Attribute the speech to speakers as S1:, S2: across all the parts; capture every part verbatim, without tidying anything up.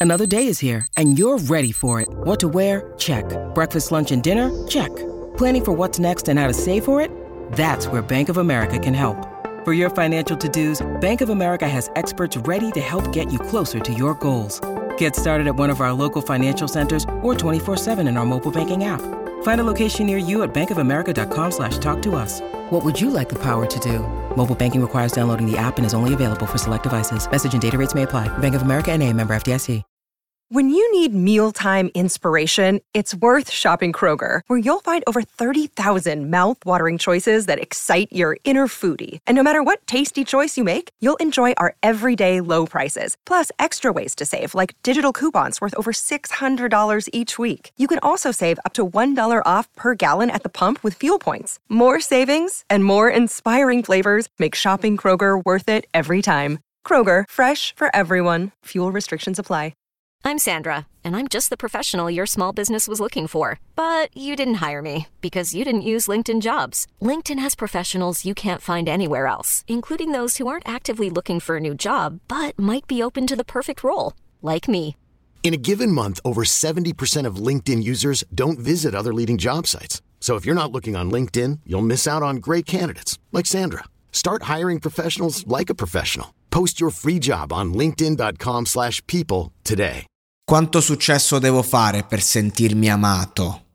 S1: Another day is here, and you're ready for it. What to wear? Check. Breakfast, lunch, and dinner? Check. Planning for what's next and how to save for it? That's where Bank of America can help. For your financial to-dos, Bank of America has experts ready to help get you closer to your goals. Get started at one of our local financial centers or twenty-four seven in our mobile banking app. Find a location near you at bankofamerica.com slash talk to us. What would you like the power to do? Mobile banking requires downloading the app and is only available for select devices. Message and data rates may apply. Bank of America N A, member F D I C.
S2: When you need mealtime inspiration, it's worth shopping Kroger, where you'll find over thirty thousand mouth-watering choices that excite your inner foodie. And no matter what tasty choice you make, you'll enjoy our everyday low prices, plus extra ways to save, like digital coupons worth over six hundred dollars each week. You can also save up to one dollar off per gallon at the pump with fuel points. More savings and more inspiring flavors make shopping Kroger worth it every time. Kroger, fresh for everyone. Fuel restrictions apply.
S3: I'm Sandra, and I'm just the professional your small business was looking for. But you didn't hire me because you didn't use LinkedIn Jobs. LinkedIn has professionals you can't find anywhere else, including those who aren't actively looking for a new job, but might be open to the perfect role, like me.
S4: In a given month, over seventy percent of LinkedIn users don't visit other leading job sites. So if you're not looking on LinkedIn, you'll miss out on great candidates, like Sandra. Start hiring professionals like a professional. Post your free job on linkedin.com slash people today.
S5: Quanto successo devo fare per sentirmi amato?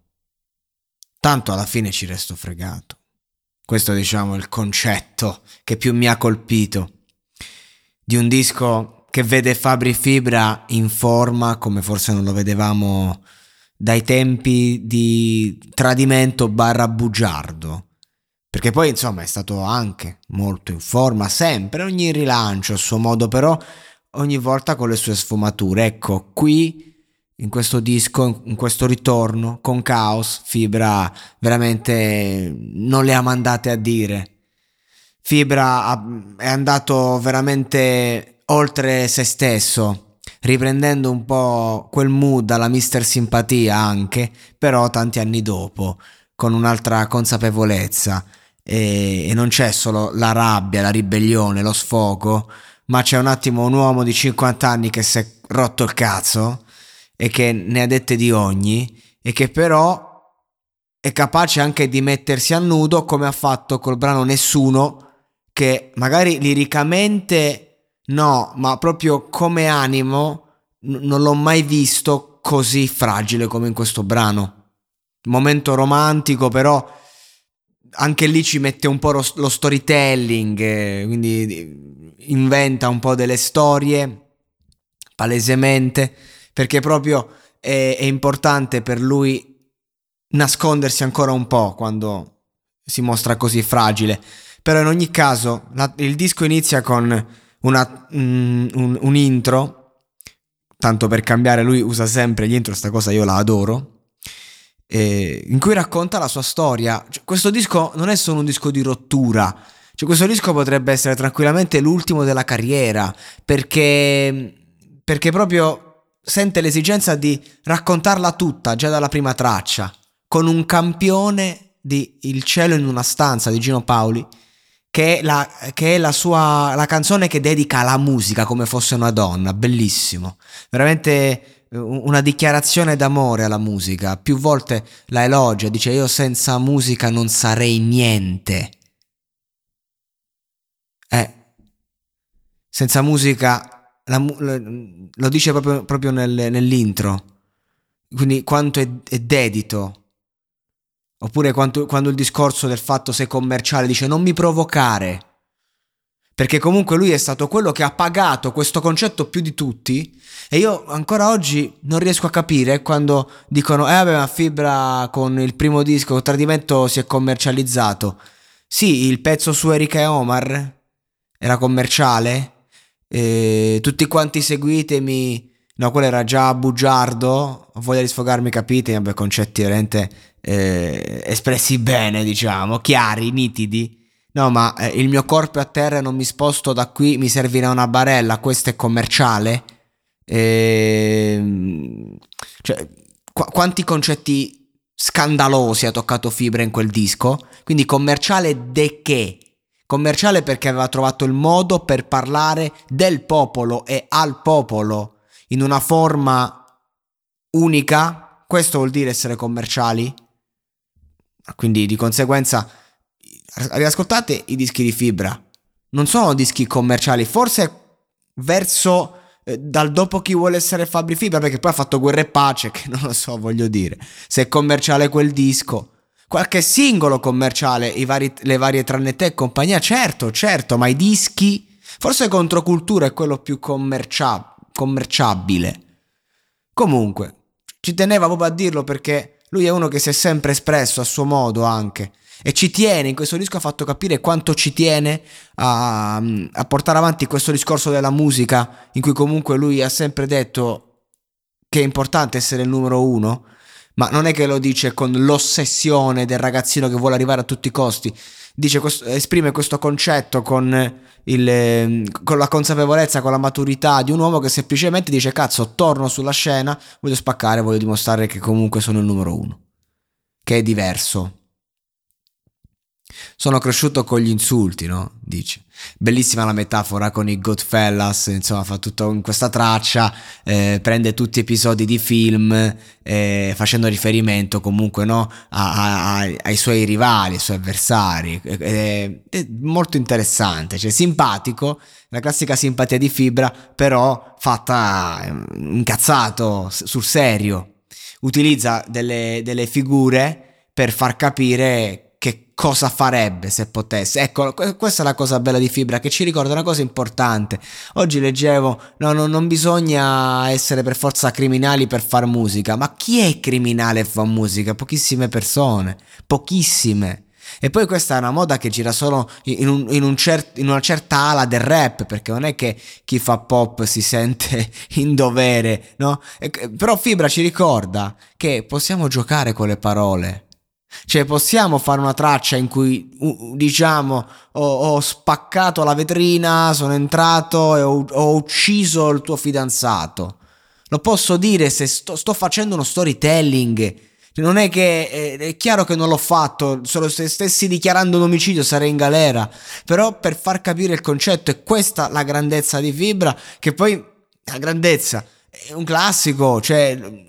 S5: Tanto alla fine ci resto fregato. Questo, diciamo, è il concetto che più mi ha colpito di un disco che vede Fabri Fibra in forma come forse non lo vedevamo dai tempi di Tradimento barra Bugiardo. Perché poi insomma è stato anche molto in forma, sempre, ogni rilancio a suo modo, però ogni volta con le sue sfumature. Ecco, qui in questo disco, in questo ritorno con Caos, Fibra veramente non le ha mandate a dire. Fibra è andato veramente oltre se stesso, riprendendo un po' quel mood alla Mister Simpatia anche, però tanti anni dopo, con un'altra consapevolezza. E, e non c'è solo la rabbia, la ribellione, lo sfogo, ma c'è un attimo un uomo di cinquanta anni che si è rotto il cazzo e che ne ha dette di ogni, e che però è capace anche di mettersi a nudo, come ha fatto col brano Nessuno, che magari liricamente no, ma proprio come animo n- non l'ho mai visto così fragile come in questo brano. Momento romantico, però anche lì ci mette un po' lo, lo storytelling, eh, quindi inventa un po' delle storie palesemente, perché proprio è, è importante per lui nascondersi ancora un po' quando si mostra così fragile. Però in ogni caso la, il disco inizia con una, mm, un, un intro, tanto per cambiare, lui usa sempre gli intro, sta cosa io la adoro, Eh, in cui racconta la sua storia. Cioè, questo disco non è solo un disco di rottura, cioè, questo disco potrebbe essere tranquillamente l'ultimo della carriera, perché perché proprio sente l'esigenza di raccontarla tutta già dalla prima traccia, con un campione di Il cielo in una stanza di Gino Paoli, che è la, che è la sua la canzone che dedica alla musica come fosse una donna. Bellissimo, veramente una dichiarazione d'amore alla musica. Più volte la elogia, dice: io senza musica non sarei niente. Eh, senza musica, la, lo dice proprio, proprio nel, nell'intro. Quindi quanto è, è dedito. Oppure quanto, quando il discorso del fatto sei commerciale, dice: non mi provocare. Perché comunque lui è stato quello che ha pagato questo concetto più di tutti, e io ancora oggi non riesco a capire quando dicono: eh vabbè, ma Fibra con il primo disco Tradimento si è commercializzato. Sì, il pezzo su Erika e Omar era commerciale, e tutti quanti seguitemi, no, quello era già bugiardo, ho voglia di sfogarmi, capite? Vabbè, concetti veramente eh, espressi bene, diciamo, chiari, nitidi. No, ma eh, il mio corpo è a terra e non mi sposto da qui, mi servirà una barella, questo è commerciale? E... cioè, qu- quanti concetti scandalosi ha toccato Fibra in quel disco? Quindi commerciale de che? Commerciale perché aveva trovato il modo per parlare del popolo e al popolo, in una forma unica, questo vuol dire essere commerciali. Quindi di conseguenza riascoltate i dischi di Fibra, non sono dischi commerciali, forse verso eh, dal dopo Chi vuole essere Fabri Fibra, perché poi ha fatto Guerra e Pace, che non lo so, voglio dire se è commerciale quel disco. Qualche singolo commerciale, i vari, le varie Tranne te e compagnia, certo, certo, ma i dischi, forse Controcultura è quello più commercia- commerciabile. Comunque, ci teneva proprio a dirlo perché lui è uno che si è sempre espresso a suo modo anche, e ci tiene, in questo disco ha fatto capire quanto ci tiene a, a portare avanti questo discorso della musica, in cui comunque lui ha sempre detto che è importante essere il numero uno, ma non è che lo dice con l'ossessione del ragazzino che vuole arrivare a tutti i costi. Dice questo, esprime questo concetto con, il, con la consapevolezza, con la maturità di un uomo che semplicemente dice: cazzo, torno sulla scena, voglio spaccare, voglio dimostrare che comunque sono il numero uno, che è diverso. Sono cresciuto con gli insulti, no? Dice. Bellissima la metafora con i Goodfellas, insomma, fa tutto in questa traccia, eh, prende tutti episodi di film, eh, facendo riferimento comunque, no, a, a, ai suoi rivali, ai suoi avversari. È, è molto interessante, cioè simpatico, la classica simpatia di Fibra, però fatta incazzato, sul serio. Utilizza delle, delle figure per far capire che cosa farebbe se potesse. Ecco, questa è la cosa bella di Fibra, che ci ricorda una cosa importante. Oggi leggevo, no, no, non bisogna essere per forza criminali per far musica. Ma chi è criminale e fa musica? Pochissime persone, pochissime. E poi questa è una moda che gira solo in, un, in, un cer- in una certa ala del rap, perché non è che chi fa pop si sente in dovere, no? E, però Fibra ci ricorda che possiamo giocare con le parole. Cioè possiamo fare una traccia in cui uh, diciamo ho, ho spaccato la vetrina, sono entrato e ho, ho ucciso il tuo fidanzato. Lo posso dire se sto, sto facendo uno storytelling. Non è che eh, è chiaro che non l'ho fatto, solo se stessi dichiarando un omicidio sarei in galera. Però per far capire il concetto, è questa la grandezza di Fibra, che poi la grandezza è un classico, cioè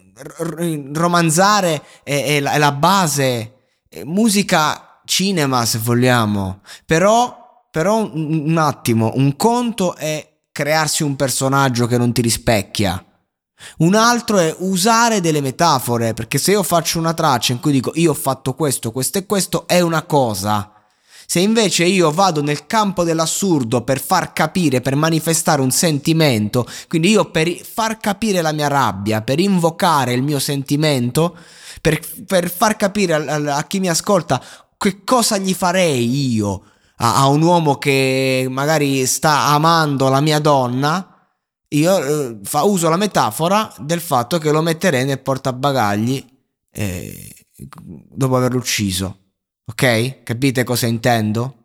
S5: romanzare è, è, la, è la base, è musica, cinema se vogliamo, però, però un, un attimo, un conto è crearsi un personaggio che non ti rispecchia, un altro è usare delle metafore, perché se io faccio una traccia in cui dico io ho fatto questo, questo e questo, è una cosa. Se invece io vado nel campo dell'assurdo per far capire, per manifestare un sentimento, quindi io per far capire la mia rabbia, per invocare il mio sentimento, per, per far capire a, a chi mi ascolta che cosa gli farei io a, a un uomo che magari sta amando la mia donna, io eh, fa, uso la metafora del fatto che lo metterei nel portabagagli eh, dopo averlo ucciso. Ok? Capite cosa intendo?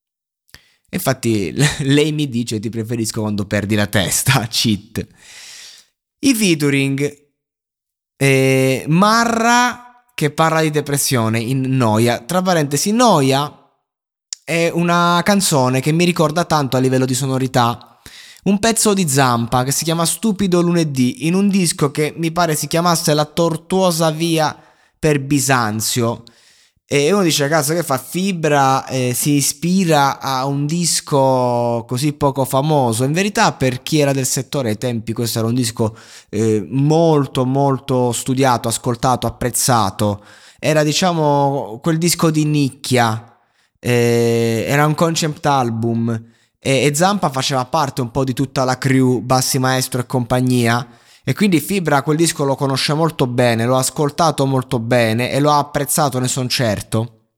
S5: Infatti lei mi dice ti preferisco quando perdi la testa, cheat. I featuring, eh, Marra che parla di depressione in Noia, tra parentesi Noia è una canzone che mi ricorda tanto a livello di sonorità un pezzo di Zampa che si chiama Stupido lunedì, in un disco che mi pare si chiamasse La tortuosa via per Bisanzio. E uno dice, cazzo, che fa? Fibra eh, si ispira a un disco così poco famoso. In verità, per chi era del settore ai tempi, questo era un disco eh, molto molto studiato, ascoltato, apprezzato. Era, diciamo, quel disco di nicchia, eh, era un concept album e, e Zampa faceva parte un po' di tutta la crew, Bassi Maestro e compagnia. E quindi Fibra quel disco lo conosce molto bene, lo ha ascoltato molto bene e lo ha apprezzato, ne son certo,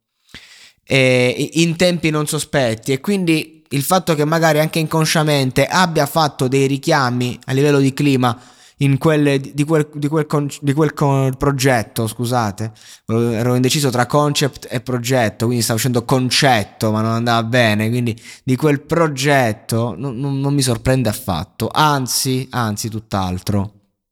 S5: e in tempi non sospetti. E quindi il fatto che magari anche inconsciamente abbia fatto dei richiami a livello di clima in quelle, di, quel, di, quel con, di quel con, progetto, scusate, ero indeciso tra concept e progetto, quindi stavo dicendo concetto ma non andava bene, quindi di quel progetto non, non, non mi sorprende affatto, anzi, anzi tutt'altro.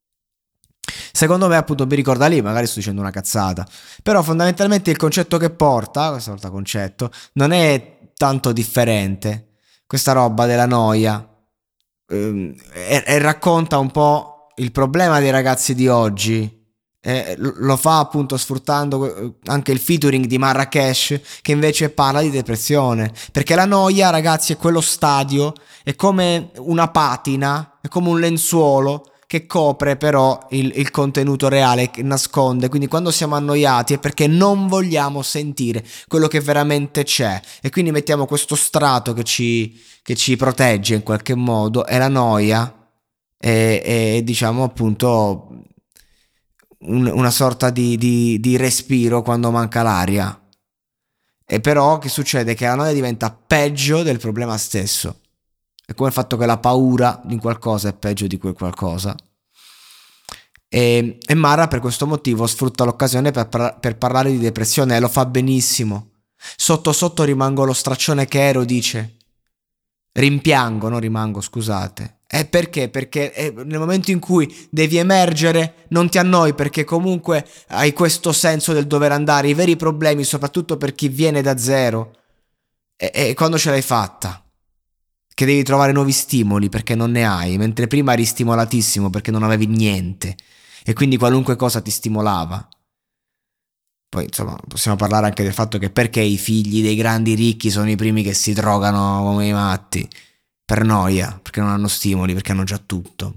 S5: Secondo me appunto mi ricorda lì, magari sto dicendo una cazzata, però fondamentalmente il concetto che porta, questa volta concetto, non è tanto differente, questa roba della noia, ehm, e, e racconta un po' il problema dei ragazzi di oggi eh, lo fa appunto sfruttando anche il featuring di Marracash, che invece parla di depressione, perché la noia, ragazzi, è quello stadio, è come una patina, è come un lenzuolo che copre però il, il contenuto reale, che nasconde. Quindi quando siamo annoiati è perché non vogliamo sentire quello che veramente c'è, e quindi mettiamo questo strato che ci, che ci protegge in qualche modo, è la noia, e, e diciamo appunto un, una sorta di, di, di respiro quando manca l'aria. E però che succede? Che la noia diventa peggio del problema stesso. È come il fatto che la paura di qualcosa è peggio di quel qualcosa. E, e Mara per questo motivo sfrutta l'occasione per, par- per parlare di depressione, e lo fa benissimo. Sotto sotto rimango lo straccione che ero, dice. Rimpiango, non rimango, scusate. E perché? Perché è nel momento in cui devi emergere non ti annoi, perché comunque hai questo senso del dover andare. I veri problemi, soprattutto per chi viene da zero, e, e quando ce l'hai fatta, che devi trovare nuovi stimoli perché non ne hai, mentre prima eri stimolatissimo perché non avevi niente, e quindi qualunque cosa ti stimolava. Poi insomma possiamo parlare anche del fatto che perché i figli dei grandi ricchi sono i primi che si drogano come i matti, per noia, perché non hanno stimoli, perché hanno già tutto.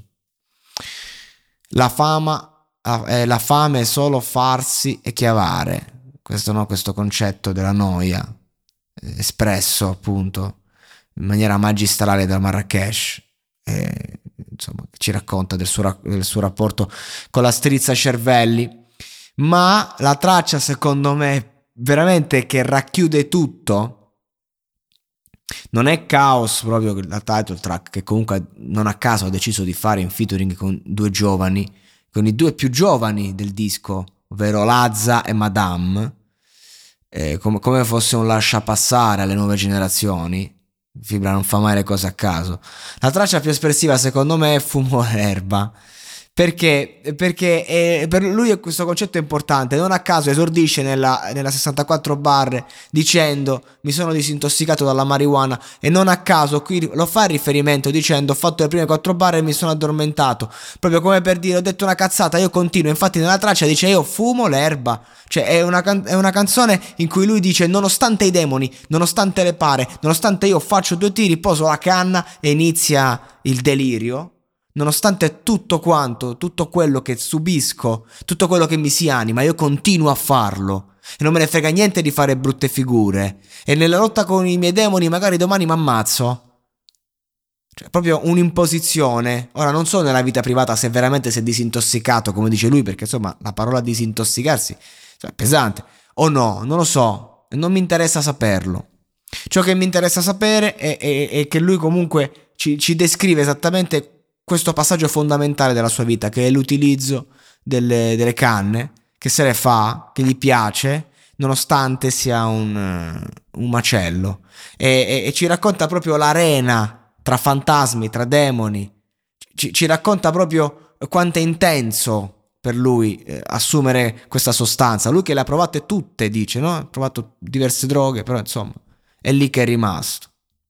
S5: La fama, eh, la fame è solo farsi e chiavare, questo no, questo concetto della noia eh, espresso appunto in maniera magistrale da Marracash, eh, insomma, ci racconta del suo, del suo rapporto con la strizza cervelli. Ma la traccia, secondo me, veramente che racchiude tutto, non è Caos, proprio la title track, che comunque non a caso ha deciso di fare in featuring con due giovani, con i due più giovani del disco, ovvero Lazza e Madame, eh, come, come fosse un lasciapassare alle nuove generazioni. Fibra non fa mai le cose a caso. La traccia più espressiva secondo me è Fumo l'erba, perché, perché è, per lui questo concetto è importante. Non a caso esordisce nella, nella sessantaquattro bar dicendo mi sono disintossicato dalla marijuana, e non a caso qui lo fa il riferimento dicendo ho fatto le prime quattro bar e mi sono addormentato, proprio come per dire ho detto una cazzata, io continuo. Infatti nella traccia dice io fumo l'erba, cioè è una, can- è una canzone in cui lui dice nonostante i demoni, nonostante le pare, nonostante io faccio due tiri, poso la canna e inizia il delirio. Nonostante tutto quanto, tutto quello che subisco, tutto quello che mi si anima, io continuo a farlo e non me ne frega niente di fare brutte figure, e nella lotta con i miei demoni magari domani mi ammazzo. Cioè proprio un'imposizione. Ora non so nella vita privata se veramente si è disintossicato come dice lui, perché insomma la parola disintossicarsi cioè, è pesante, o no, non lo so, e non mi interessa saperlo. Ciò che mi interessa sapere è, è, è che lui comunque ci, ci descrive esattamente questo passaggio fondamentale della sua vita, che è l'utilizzo delle, delle canne, che se le fa, che gli piace, nonostante sia un, un macello, e, e, e ci racconta proprio l'arena tra fantasmi, tra demoni, ci, ci racconta proprio quanto è intenso per lui eh, assumere questa sostanza. Lui che le ha provate tutte, dice, no? Ha provato diverse droghe, però insomma è lì che è rimasto.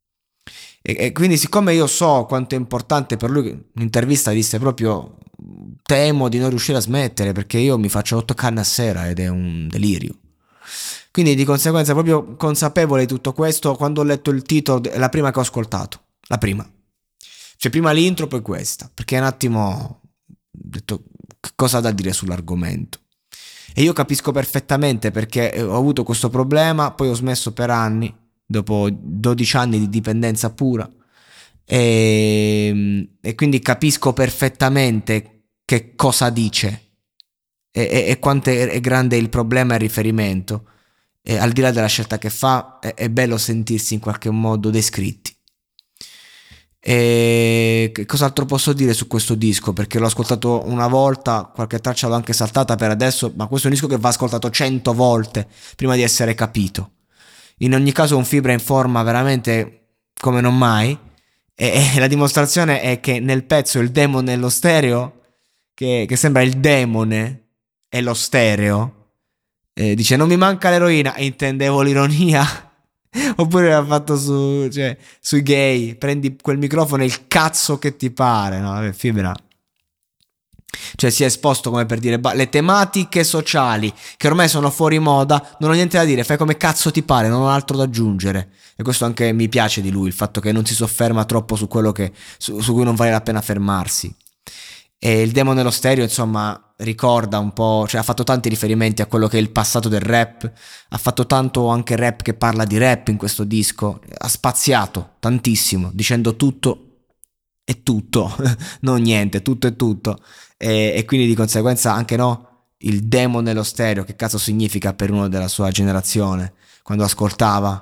S5: E, e quindi siccome io so quanto è importante per lui, in un'intervista disse proprio temo di non riuscire a smettere perché io mi faccio otto canne a sera ed è un delirio. Quindi di conseguenza proprio consapevole di tutto questo, quando ho letto il titolo è la prima che ho ascoltato, la prima, cioè prima l'intro poi questa, perché un attimo ho detto che cosa ha da dire sull'argomento, e io capisco perfettamente perché ho avuto questo problema, poi ho smesso per anni dopo dodici anni di dipendenza pura, e, e quindi capisco perfettamente che cosa dice e, e, e quanto è, è grande il problema e il riferimento, e al di là della scelta che fa è, è bello sentirsi in qualche modo descritti. E che cos'altro posso dire su questo disco, perché l'ho ascoltato una volta, qualche traccia l'ho anche saltata per adesso, ma questo è un disco che va ascoltato cento volte prima di essere capito. In ogni caso un Fibra in forma veramente come non mai, e, e la dimostrazione è che nel pezzo il demone e lo stereo, che, che sembra il demone e lo stereo, eh, dice non mi manca l'eroina, e intendevo l'ironia. Oppure l'ha fatto su, cioè, sui gay, prendi quel microfono e il cazzo che ti pare, no? Vabbè, Fibra Cioè si è esposto, come per dire, le tematiche sociali che ormai sono fuori moda, non ho niente da dire, fai come cazzo ti pare, non ho altro da aggiungere. E questo anche mi piace di lui, il fatto che non si sofferma troppo su quello che su, su cui non vale la pena fermarsi. E il Demone nello stereo, insomma, ricorda un po', cioè ha fatto tanti riferimenti a quello che è il passato del rap, ha fatto tanto anche rap che parla di rap in questo disco, ha spaziato tantissimo, dicendo tutto e tutto, non niente, tutto e tutto. E, e quindi di conseguenza anche no, il Demone nello stereo, che cazzo significa per uno della sua generazione, quando ascoltava.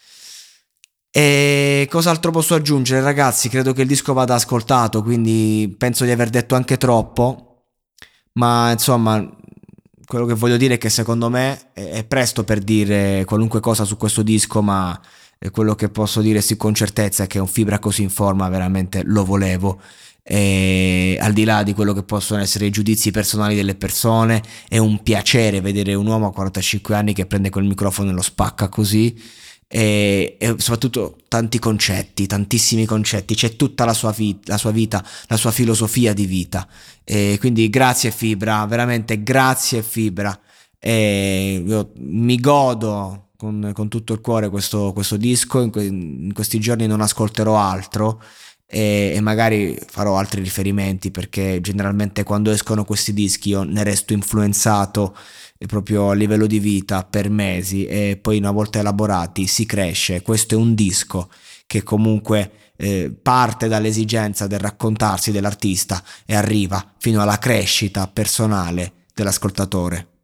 S5: E cos'altro posso aggiungere, ragazzi? Credo che il disco vada ascoltato, quindi penso di aver detto anche troppo, ma insomma quello che voglio dire è che secondo me è presto per dire qualunque cosa su questo disco, ma quello che posso dire sì con certezza è che un Fibra così in forma veramente lo volevo. E al di là di quello che possono essere i giudizi personali delle persone, è un piacere vedere un uomo a quarantacinque anni che prende quel microfono e lo spacca così. E, e soprattutto tanti concetti, tantissimi concetti, c'è tutta la sua, vi- la sua vita, la sua filosofia di vita. E quindi grazie Fibra, veramente grazie Fibra. E io mi godo con, con tutto il cuore questo, questo disco. In, que- in questi giorni non ascolterò altro e, e magari farò altri riferimenti, perché generalmente quando escono questi dischi io ne resto influenzato proprio a livello di vita per mesi, e poi una volta elaborati si cresce. Questo è un disco che comunque eh, parte dall'esigenza del raccontarsi dell'artista e arriva fino alla crescita personale dell'ascoltatore.